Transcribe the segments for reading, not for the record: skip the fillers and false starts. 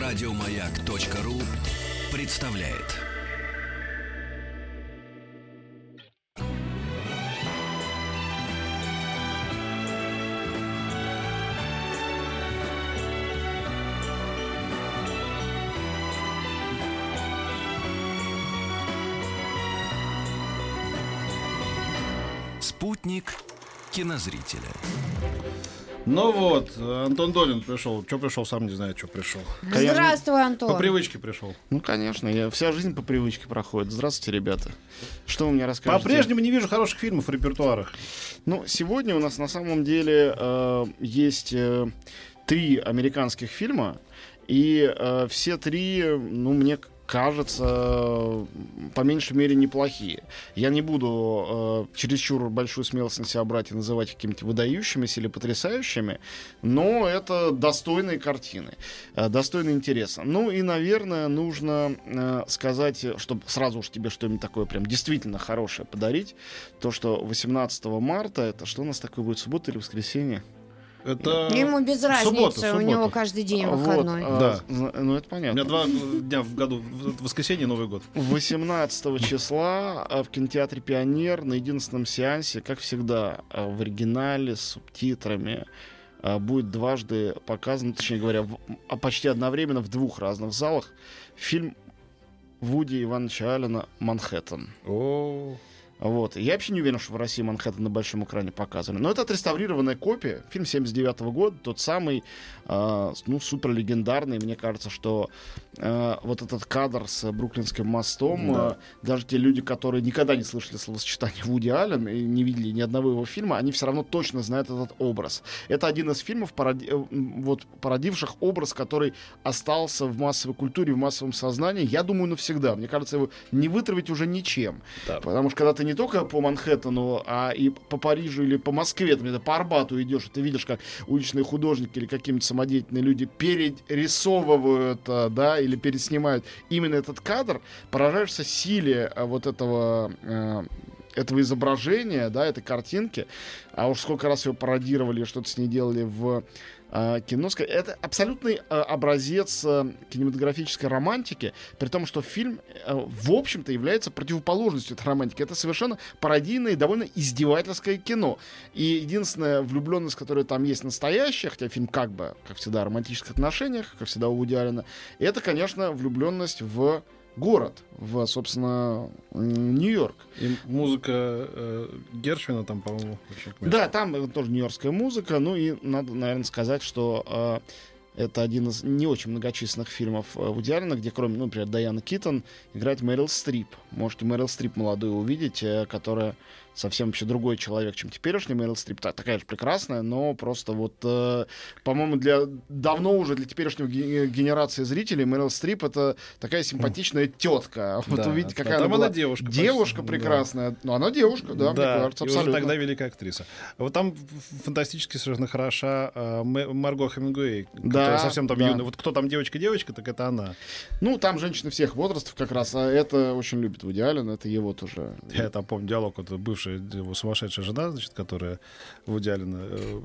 Радиомаяк.ру представляет. Спутник кинозрителя. Ну вот, Антон Долин пришел. Что пришел, сам не знаю, что пришел. Здравствуй, Антон. По привычке пришел. Ну, конечно, вся жизнь по привычке проходит. Здравствуйте, ребята. Что вы мне расскажете? По-прежнему не вижу хороших фильмов в репертуарах. Ну, сегодня у нас на самом деле есть 3 американских фильма. И все 3, ну, мне кажется, по меньшей мере неплохие. Я не буду чересчур большую смелость на себя брать и называть их какими-то выдающимися или потрясающими, но это достойные картины, достойные интереса. Ну и, наверное, нужно сказать, чтобы сразу уж тебе что-нибудь такое прям действительно хорошее подарить, то, что 18 марта, это что у нас такое будет, суббота или воскресенье? Это ему без разницы, суббота. У него каждый день выходной. Вот, да. Ну, это понятно. У меня 2 дня в году, воскресенье и Новый год. 18 числа в кинотеатре «Пионер» на единственном сеансе, как всегда, в оригинале с субтитрами, будет дважды показан, точнее говоря, почти одновременно в 2 разных залах фильм Вуди Ивановича Аллена «Манхэттен». Вот. Я вообще не уверен, что в России «Манхэттен» на большом экране показывали. Но это отреставрированная копия. Фильм 79 года, тот самый, супер легендарный. Мне кажется, что вот этот кадр с Бруклинским мостом, даже те люди, которые никогда не слышали словосочетание Вуди Аллен и не видели ни одного его фильма, они все равно точно знают этот образ. Это один из фильмов, породивших образ, который остался в массовой культуре, в массовом сознании, я думаю, навсегда. Мне кажется, его не вытравить уже ничем. Да. Потому что когда ты не только по Манхэттену, а и по Парижу или по Москве, ты по Арбату идешь, и ты видишь, как уличные художники или какие-нибудь самодеятельные люди перерисовывают, да, или переснимают именно этот кадр, поражаешься силе вот этого изображения, да, этой картинки. А уж сколько раз его пародировали, что-то с ней делали в кино. Это абсолютный образец кинематографической романтики, при том, что фильм, в общем-то, является противоположностью этой романтики. Это совершенно пародийное и довольно издевательское кино. И единственная влюбленность, которая там есть настоящая, хотя фильм как всегда, о романтических отношениях, как всегда у Вуди Аллена, это, конечно, влюбленность в город, собственно, Нью-Йорк. И музыка Гершвина там, по-моему, очень классная. Да, там тоже нью-йоркская музыка. Ну и надо, наверное, сказать, что это один из не очень многочисленных фильмов Вуди Аллена, где, кроме, например, Дайаны Китон, играет Мэрил Стрип. Можете Мэрил Стрип молодую увидеть, которая совсем вообще другой человек, чем теперешний Мэрил Стрип. Такая же прекрасная, но просто по-моему, давно уже для теперешнего генерации зрителей Мэрил Стрип — это такая симпатичная тетка. Вот увидите, какая она была. Девушка. Девушка прекрасная. Да. Ну, она девушка, да, мне кажется, и абсолютно. уже тогда великая актриса. Вот там фантастически совершенно хороша Марго Хемингуэй, которая совсем там юная. Вот кто там девочка, так это она. Ну, там женщины всех возрастов как раз, а это очень любит Вуди Аллен, это его тоже. Я там помню диалог, бывшая его сумасшедшая жена, значит, которая Вуди Аллена,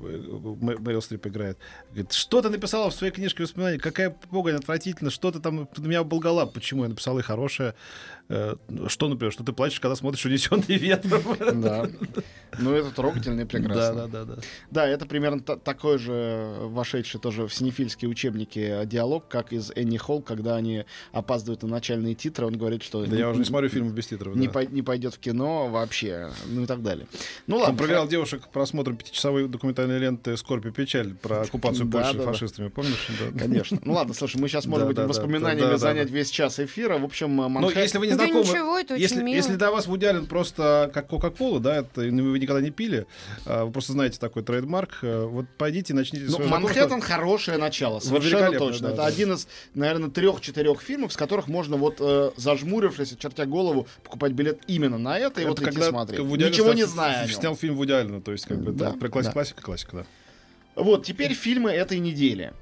Мэрил Стрип играет, говорит: что ты написала в своей книжке воспоминаний? Какая погонь отвратительна, что ты там на меня оболгала? Почему я написала и хорошее? Что, например, что ты плачешь, когда смотришь «Унесённый ветром»? Да. Ну, это трогательно и прекрасно. Да. Да, это примерно такой же вошедший тоже в синефильские учебники диалог, как из Энни Холл, когда они опаздывают на начальные титры, он говорит, что... Да, я уже не смотрю фильмы без титров. Не пойдет в кино вообще, ну и так далее. Ну ладно. Он проверял девушек просмотром 5-часовой документальной ленты «Скорбь и печаль» про оккупацию Польши фашистами, помнишь? Конечно. Ну ладно, слушай, мы сейчас, может быть, воспоминаниями занять весь час эфира. В общем, Манхэттен... если вы не знакомы, если для вас Вуди Аллен просто как Кока-Кола, да, это вы никогда не пили, вы просто знаете такой трейдмарк, вот пойдите и начните свое знакомство. «Манхэттен» — хорошее начало, совершенно точно. Это один из, наверное, 3-4 фильмов, с которых можно зажмурившись, чертя голову, покупать билет именно на это и идти смотреть. Ничего не зная о нем. Снял фильм Вуди Аллена, то есть классика, да. Вот, теперь фильмы этой недели.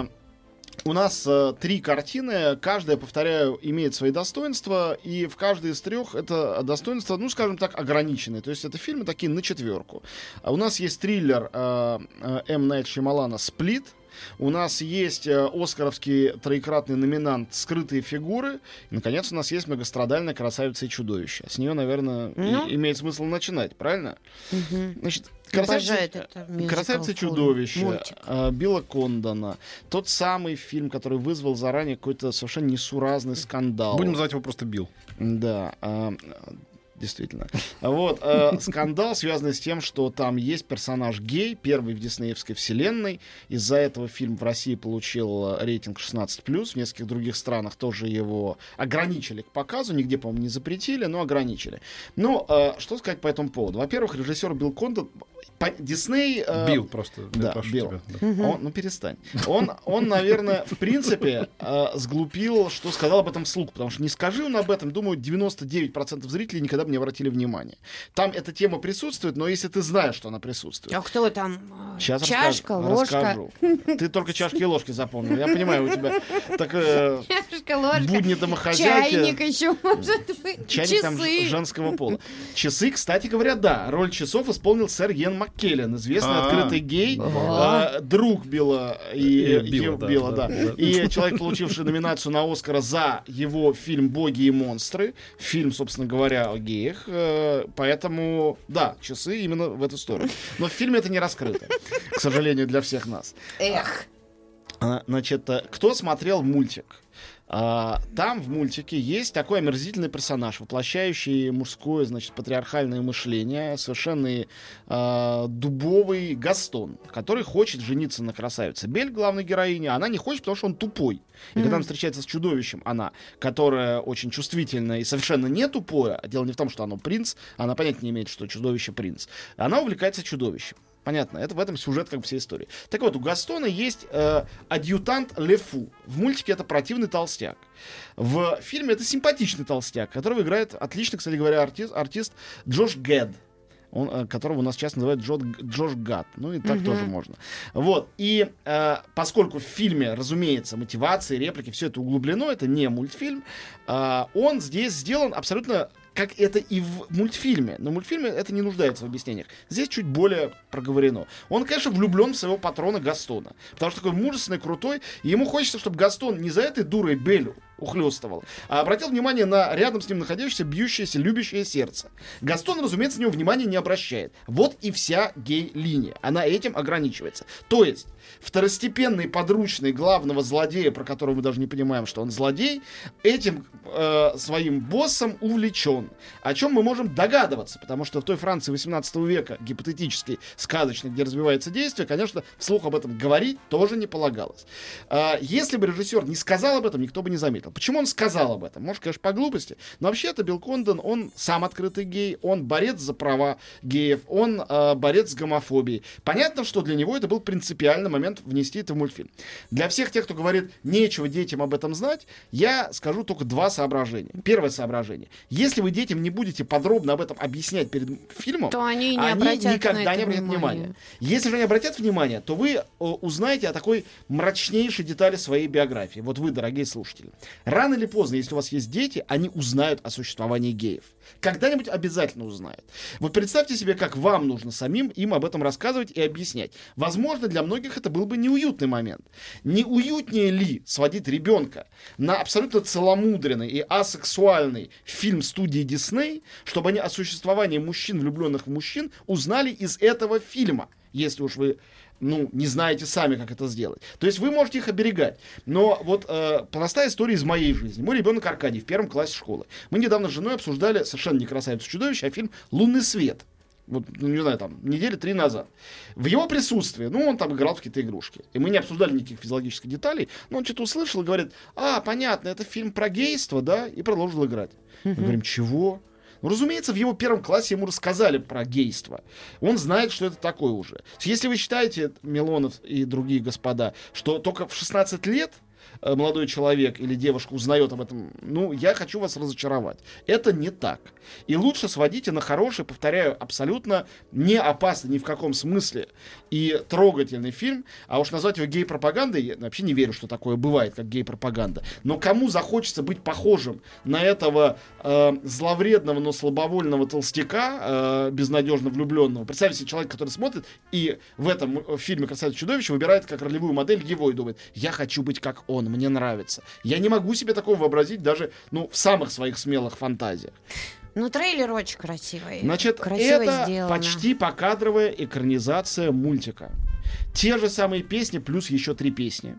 У нас 3 картины, каждая, повторяю, имеет свои достоинства, и в каждой из 3 это достоинства, ну, скажем так, ограниченные. То есть это фильмы такие на 4. У нас есть триллер М. Найт Шьямалана «Сплит». У нас есть оскаровский троекратный номинант «Скрытые фигуры». И, наконец, у нас есть многострадальная «Красавица и чудовище». С нее, наверное, имеет смысл начинать, правильно? Значит, «Красавица и чудовище», Билла Кондона. Тот самый фильм, который вызвал заранее какой-то совершенно несуразный скандал. Будем называть его просто Билл. Да, действительно. Вот, скандал, связанный с тем, что там есть персонаж гей, первый в диснеевской вселенной. Из-за этого фильм в России получил рейтинг 16+, в нескольких других странах тоже его ограничили к показу, нигде, по-моему, не запретили, но ограничили. Ну, что сказать по этому поводу? Во-первых, режиссер Билл Кондон, Дисней... Билл просто. Да, Билл. Ну, перестань. Он, наверное, в принципе, сглупил, что сказал об этом вслух, потому что не скажи он об этом, думаю, 99% зрителей никогда бы не обратили внимания. Там эта тема присутствует, но если ты знаешь, что она присутствует... А кто там? Сейчас чашка, ложка? Расскажу. Ты только чашки и ложки запомнил. Я понимаю, у тебя такая будни домохозяйки. Чайник еще, может быть. Чайник там женского пола. Часы, кстати говоря, да. Роль часов исполнил сэр Йен МакКеллен, известный открытый гей, друг Билла и Билла, да. И человек, получивший номинацию на Оскара за его фильм «Боги и монстры». Фильм, собственно говоря, о геях. Поэтому, да, часы именно в эту сторону. Но в фильме это не раскрыто, к сожалению, для всех нас. Эх. Значит, кто смотрел мультик? Там в мультике есть такой омерзительный персонаж, воплощающий мужское, значит, патриархальное мышление, совершенно дубовый Гастон, который хочет жениться на красавице Бель, главной героине, а она не хочет, потому что он тупой. И когда он встречается с чудовищем, она, которая очень чувствительна и совершенно не тупое, дело не в том, что оно принц, она понятия не имеет, что чудовище принц, она увлекается чудовищем. Понятно, это в этом сюжет как бы всей истории. Так вот, у Гастона есть адъютант Лефу. В мультике это противный толстяк. В фильме это симпатичный толстяк, которого играет отлично, кстати говоря, артист Джош Гэд. Которого у нас сейчас называют Джош Гад. Ну и так тоже можно. Вот. И поскольку в фильме, разумеется, мотивации, реплики, все это углублено, это не мультфильм, он здесь сделан абсолютно как это и в мультфильме. Но в мультфильме это не нуждается в объяснениях. Здесь чуть более проговорено. Он, конечно, влюблен в своего патрона Гастона. Потому что такой мужественный, крутой. И ему хочется, чтобы Гастон не за этой дурой Беллю ухлёстывал, а обратил внимание на рядом с ним находящееся, бьющееся, любящее сердце. Гастон, разумеется, на него внимания не обращает. Вот и вся гей-линия. Она этим ограничивается. То есть, второстепенный подручный главного злодея, про которого мы даже не понимаем, что он злодей, этим своим боссом увлечен. О чем мы можем догадываться, потому что в той Франции 18 века, гипотетической, сказочной, где развивается действие, конечно, вслух об этом говорить тоже не полагалось. Если бы режиссер не сказал об этом, никто бы не заметил. Почему он сказал об этом? Может, конечно, по глупости, но вообще-то Билл Кондон, он сам открытый гей, он борец за права геев, он борец с гомофобией. Понятно, что для него это был принципиальный момент внести это в мультфильм. Для всех тех, кто говорит, нечего детям об этом знать, я скажу только два соображения. Первое соображение. Если вы детям не будете подробно об этом объяснять перед фильмом, то они никогда не обратят внимания. Если же они обратят внимание, то вы узнаете о такой мрачнейшей детали своей биографии. Вот вы, дорогие слушатели. Рано или поздно, если у вас есть дети, они узнают о существовании геев. Когда-нибудь обязательно узнают. Вот представьте себе, как вам нужно самим им об этом рассказывать и объяснять. Возможно, для многих это был бы неуютный момент. Не уютнее ли сводить ребенка на абсолютно целомудренный и асексуальный фильм студии Дисней, чтобы они о существовании мужчин, влюбленных в мужчин, узнали из этого фильма, если уж вы не знаете сами, как это сделать. То есть вы можете их оберегать. Но вот простая история из моей жизни. Мой ребенок Аркадий в 1 классе школы. Мы недавно с женой обсуждали совершенно не «Красавицу-чудовище», а фильм «Лунный свет». Вот, не знаю, там, недели 3 назад. В его присутствии, он там играл в какие-то игрушки. И мы не обсуждали никаких физиологических деталей, но он что-то услышал и говорит, понятно, это фильм про гейство, да, и продолжил играть. Мы говорим, чего? Разумеется, в его 1 классе ему рассказали про гейство. Он знает, что это такое уже. Если вы считаете, Милонов и другие господа, что только в 16 лет молодой человек или девушка узнает об этом, ну, я хочу вас разочаровать. Это не так. И лучше сводите на хороший, повторяю, абсолютно не опасный ни в каком смысле и трогательный фильм, а уж назвать его гей-пропагандой, я вообще не верю, что такое бывает, как гей-пропаганда. Но кому захочется быть похожим на этого зловредного, но слабовольного толстяка, безнадежно влюбленного? Представьте себе человека, который смотрит и в этом фильме «Красавица и чудовище» выбирает как ролевую модель его и думает: я хочу быть как он, мне нравится. Я не могу себе такого вообразить даже, ну, в самых своих смелых фантазиях. Ну, трейлер очень красивый. Значит, красиво это сделано. почти покадровая экранизация мультика. Те же самые песни, плюс еще 3 песни.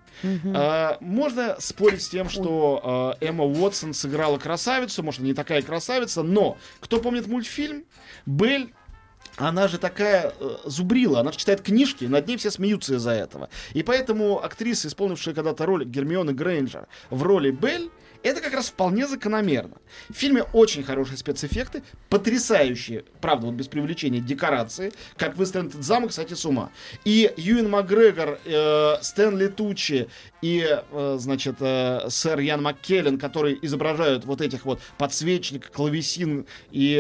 Можно спорить с тем, что Эмма Уотсон сыграла красавицу, может, она не такая красавица, но кто помнит мультфильм, Белль, она же такая зубрила, она же читает книжки, над ней все смеются из-за этого. И поэтому актриса, исполнившая когда-то роль Гермионы Грейнджер в роли Белль, это как раз вполне закономерно. В фильме очень хорошие спецэффекты, потрясающие, правда, вот без привлечения, декорации, как выстроен этот замок, кстати, с ума. И Юэн Макгрегор, Стэнли Туччи и, значит, сэр Ян Маккеллен, которые изображают вот этих вот подсвечник, клавесин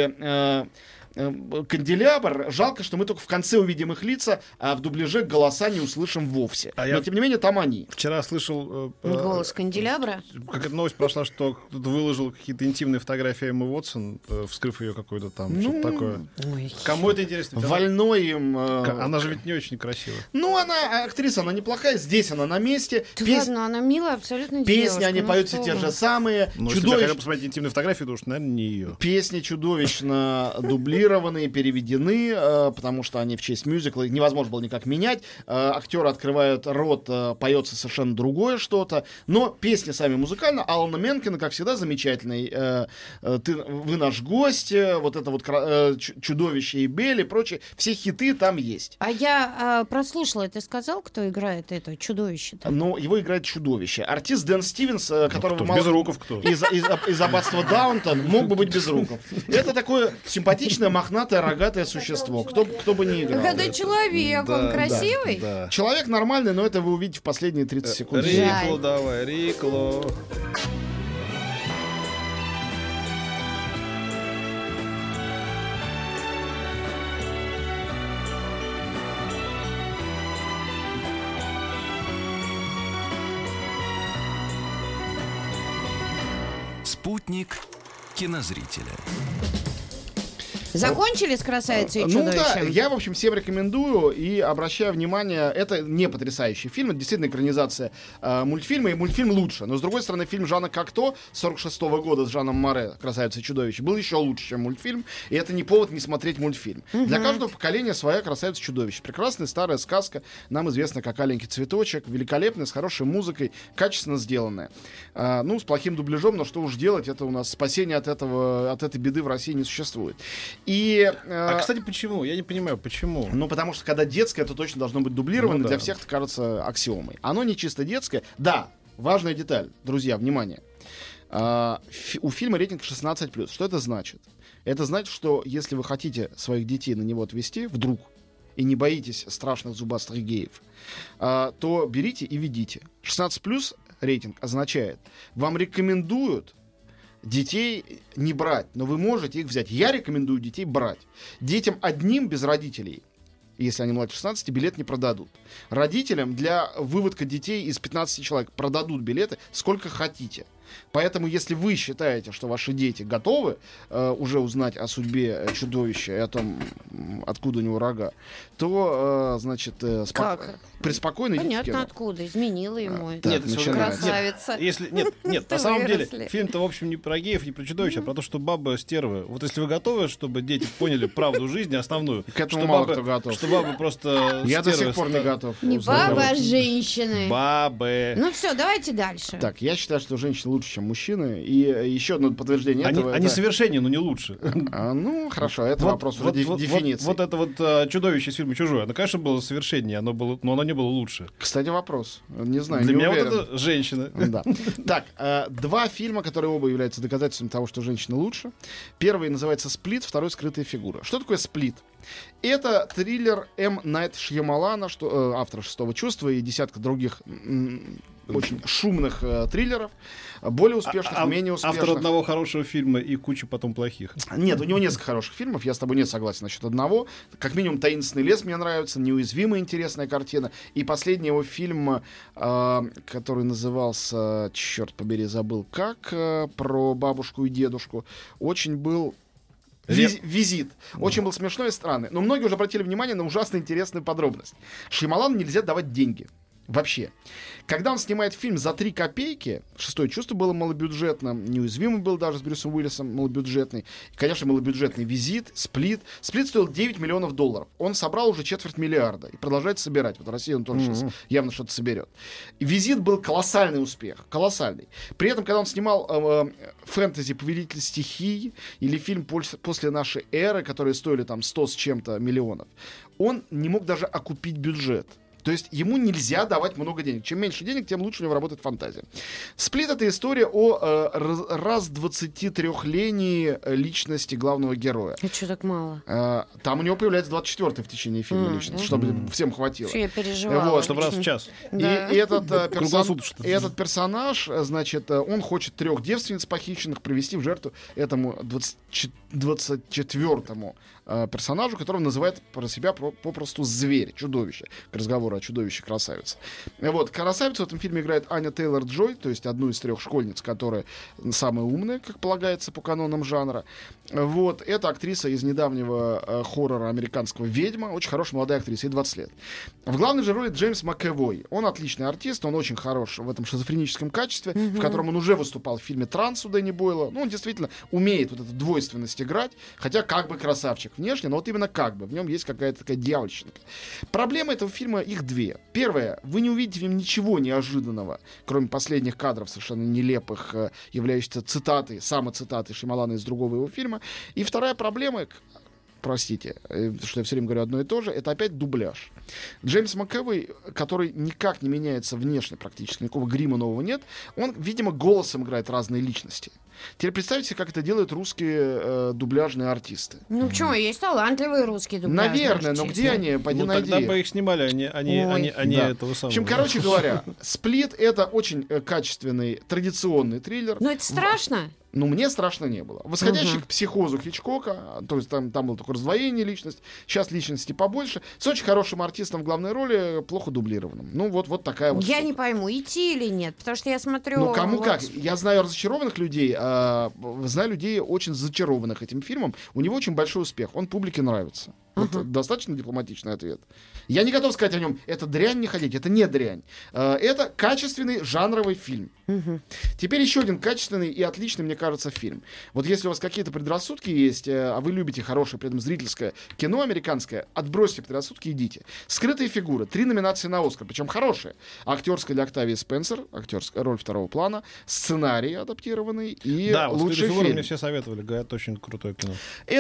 и канделябр. Жалко, что мы только в конце увидим их лица, а в дубляже голоса не услышим вовсе. Но, тем не менее, там они. Вчера слышал... Голос канделябра. Как новость прошла, что кто-то выложил какие-то интимные фотографии Эммы Уотсон, вскрыв ее какую-то там, что-то такое. Ой. Кому это интересно? Вольной им... Она же ведь не очень красивая. Ну, она, актриса, она неплохая, здесь она на месте. Да ладно, она милая абсолютно Песни девушка, они ну поют что все те вы. же самые. Но если бы я хотел посмотреть интимные фотографии, то уж, наверное, не ее. Песни чудовищно дублированы, переведены, потому что они в честь мюзикла, их невозможно было никак менять. Актеры открывают рот, поется совершенно другое что-то. Но песни сами музыкально. Алана Менкена, как всегда, замечательный. Вы наш гость, вот это вот чудовище и Белль и прочее. Все хиты там есть. А я прослушала, ты сказал, кто играет это чудовище-то? Но его играет чудовище. Артист Дэн Стивенс, которого кто? Безруков кто? Из аббатства Даунтон, мог бы быть Безруков. Это такое симпатичное, мохнатое, рогатое существо. Кто бы ни играл. Это человек, он красивый? Да. Человек нормальный, но это вы увидите в последние 30 секунд. Рикло давай, Рикло. Спутник кинозрителя. Закончили с «Красавицей и Ну да, чудовищем»? я, в общем, всем рекомендую и обращаю внимание, это не потрясающий фильм, это действительно экранизация мультфильма, и мультфильм лучше. Но, с другой стороны, фильм Жана Кокто 46-го года с Жаном Море «Красавица и чудовище» был еще лучше, чем мультфильм, и это не повод не смотреть мультфильм. Для каждого поколения своя «Красавица и чудовище». Прекрасная старая сказка, нам известна как «Аленький цветочек», великолепная, с хорошей музыкой, качественно сделанная. Ну, с плохим дубляжом, но что уж делать, это у нас спасения от этой беды в России не существует. И, кстати, почему? Я не понимаю, почему. Ну, потому что, когда детское, то точно должно быть дублировано. Ну, да. Для всех это кажется аксиомой. Оно не чисто детское. Да, важная деталь, друзья, внимание. У фильма рейтинг 16+. Что это значит? Это значит, что если вы хотите своих детей на него отвезти, вдруг, и не боитесь страшных зубастых геев, то берите и ведите. 16+ рейтинг означает, вам рекомендуют детей не брать, но вы можете их взять. Я рекомендую детей брать. Детям одним без родителей, если они младше 16, билет не продадут. Родителям для выводка детей из 15 человек продадут билеты сколько хотите. Поэтому, если вы считаете, что ваши дети готовы уже узнать о судьбе чудовища и о том, откуда у него рога, то, значит, преспокойно идите в Понятно, кино. откуда. Изменила ему это. Нет, начинается. Красавица. Нет, Ты на самом деле, выросли. фильм-то, в общем, не про геев, не про чудовища, а про то, что бабы стервы. Вот если вы готовы, чтобы дети поняли правду жизни основную, К этому что мало бабы, кто готов. что бабы просто Я до стервы сих пор не готов. Не узнать. бабы, а женщины. Бабы. Ну все, давайте дальше. Так, я считаю, что женщины лучше, чем мужчины. И еще одно подтверждение этого. Они это- совершеннее, но не лучше. Ну, хорошо, это вопрос уже дефиниции. Вот это вот чудовище из фильма «Чужое», оно, конечно, было совершеннее, но оно не было лучше. Кстати, вопрос. Не знаю, Для не меня уверен. вот это женщина. Да. Так, два фильма, которые оба являются доказательством того, что женщина лучше. Первый называется «Сплит», второй «Скрытая фигура». Что такое «Сплит»? Это триллер М. Найт Шьямалана, автора «Шестого чувства» и десятка других очень шумных триллеров, более успешных, менее успешных. Автор одного хорошего фильма и куча потом плохих. Нет, у него несколько хороших фильмов, я с тобой не согласен насчет одного. Как минимум «Таинственный лес» мне нравится, «Неуязвимая» интересная картина. И последний его фильм, который назывался, черт побери, забыл как, про бабушку и дедушку, очень был... Визит. Очень был смешной и странный. Но многие уже обратили внимание на ужасно интересную подробность. Шьямалану нельзя давать деньги. Вообще. Когда он снимает фильм за 3 копейки, «Шестое чувство» было малобюджетным, «Неуязвимый» был даже с Брюсом Уиллисом малобюджетный, и, конечно, малобюджетный «Визит», «Сплит». «Сплит» стоил $9 миллионов. Он собрал уже $250 миллиарда и продолжает собирать. Вот в России он тоже сейчас явно что-то соберет. И «Визит» был колоссальный успех. Колоссальный. При этом, когда он снимал фэнтези «Повелитель стихий» или фильм «После нашей эры», которые стоили там 100 с чем-то миллионов, он не мог даже окупить бюджет. То есть ему нельзя давать много денег. Чем меньше денег, тем лучше у него работает фантазия. «Сплит» — это история о раз 23-лении личности главного героя. А что так мало? Там у него появляется 24-й в течение фильма личность, чтобы всем хватило. Я переживала. Вот. Чтобы раз в час. Да. И этот персонаж, значит, он хочет 3 девственниц похищенных привести в жертву этому 24-му персонажу, которого называет про себя попросту зверь, чудовище, к разговору о чудовище-красавице. Вот, красавицу в этом фильме играет Аня Тейлор-Джой, то есть одну из 3 школьниц, которая самая умная, как полагается по канонам жанра. Вот, это актриса из недавнего хоррора американского «Ведьма», очень хорошая молодая актриса, ей 20 лет. В главной же роли Джеймс МcЭвой. Он отличный артист, он очень хорош в этом шизофреническом качестве, в котором он уже выступал в фильме «Транс» у Дэнни Бойла. Ну, он действительно умеет вот эту двойственность играть, хотя как бы красавчик внешне, но вот именно как бы. В нем есть какая-то такая дьявольщинка. Проблема этого фильма, их 2. Первое, вы не увидите в нем ничего неожиданного, кроме последних кадров, совершенно нелепых, являющихся цитатой, самоцитатой Шьямалана из другого его фильма. И вторая проблема, простите, что я все время говорю одно и то же, это опять дубляж. Джеймс МcЭвой, который никак не меняется внешне практически, никакого грима нового нет, он, видимо, голосом играет разные личности. Теперь представьте, как это делают русские дубляжные артисты. Ну почему? Есть талантливые русские дубляжные Наверное, но артисты. где они? Пойди найди. Тогда бы их снимали, они Да. этого самого. В общем, короче говоря, «Сплит» — это очень качественный, традиционный триллер. Но это страшно. Ну, мне страшно не было. «Восходящий к психозу» Хичкока, то есть там было такое раздвоение личности, сейчас личности побольше, с очень хорошим артистом в главной роли, плохо дублированным. Ну, вот такая вот Я штука. не пойму, идти или нет, потому что я смотрю... Ну, кому вот- как. Я знаю разочарованных людей, знаю людей очень зачарованных этим фильмом. У него очень большой успех, он публике нравится. Вот достаточно дипломатичный ответ. Я не готов сказать о нем, это дрянь, не ходить, это не дрянь. Это качественный жанровый фильм. Теперь еще один качественный и отличный, мне кажется, фильм. Вот если у вас какие-то предрассудки есть, а вы любите хорошее, при этом зрительское кино американское, отбросьте предрассудки, идите. «Скрытые фигуры», 3 номинации на «Оскар», причем хорошие. Актерская для Октавии Спенсер, актерская роль второго плана, сценарий адаптированный и Да, вот лучший «Скрытые фигуры» фильм. мне все советовали, говорят, очень крутое кино.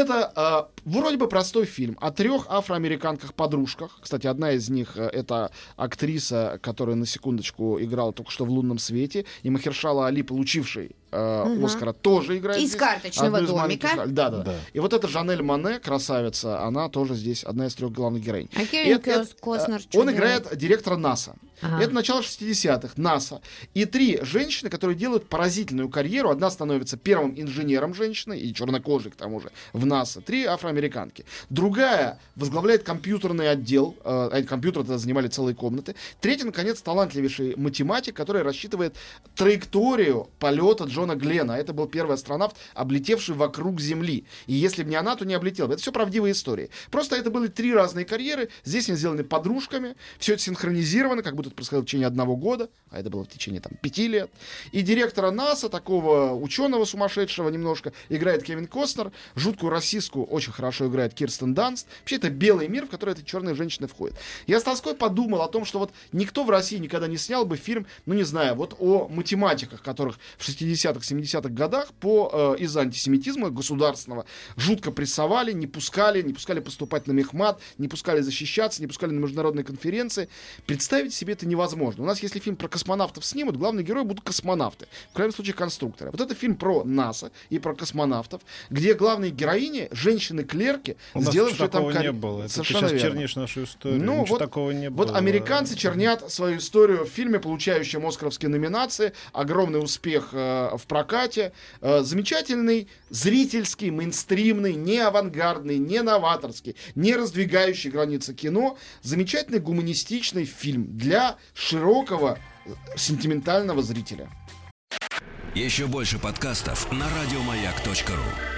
Это вроде бы простой фильм о 3 афроамериканках-подружках. Кстати, одна из них это актриса, которая, на секундочку, играла только что в «Лунном свете», и Махершала Али, получивший Оскара, тоже играет Из здесь «Карточного одну из домика». маленьких- Да. Да. И вот эта Жанель Моне, красавица, она тоже здесь одна из 3 главных героинь. А Кевин Это- Костнер что Он делает? играет директора НАСА. Ага. Это начало 60-х, НАСА. И 3 женщины, которые делают поразительную карьеру. Одна становится первым инженером женщины, и чернокожей, к тому же, в НАСА. 3 афроамериканки. Другая возглавляет компьютерный отдел. Компьютеры тогда занимали целые комнаты. Третья, наконец, талантливейший математик, который рассчитывает траекторию полета Джона Гленна. Это был первый астронавт, облетевший вокруг Земли. И если бы не она, то не облетел бы. Это все правдивые истории. Просто это были 3 разные карьеры. Здесь они сделаны подружками. Все это синхронизировано, как будто это происходило в течение 1 года, а это было в течение 5 лет. И директора НАСА, такого ученого сумасшедшего немножко, играет Кевин Костнер. Жуткую расистку очень хорошо играет Кирстен Данст. Вообще это белый мир, в который эти черные женщины входят. Я с тоской подумал о том, что вот никто в России никогда не снял бы фильм, ну не знаю, вот о математиках, которых в 60-х 60-х, 70-х годах из-за антисемитизма государственного жутко прессовали, не пускали поступать на мехмат, не пускали защищаться, не пускали на международные конференции. Представить себе это невозможно. У нас, если фильм про космонавтов снимут, главные герои будут космонавты. В крайнем случае, конструкторы. Вот это фильм про НАСА и про космонавтов, где главные героини, женщины-клерки, сделавшие там карьеру. Не было. Это совершенно ты сейчас верно. чернишь нашу историю. Ну, Ничего вот, такого не было. Вот американцы чернят свою историю в фильме, получающем оскаровские номинации, огромный успех в прокате, замечательный зрительский, мейнстримный, не авангардный, не новаторский, не раздвигающий границы кино, замечательный гуманистичный фильм для широкого сентиментального зрителя. Еще больше подкастов на радиомаяк.ру.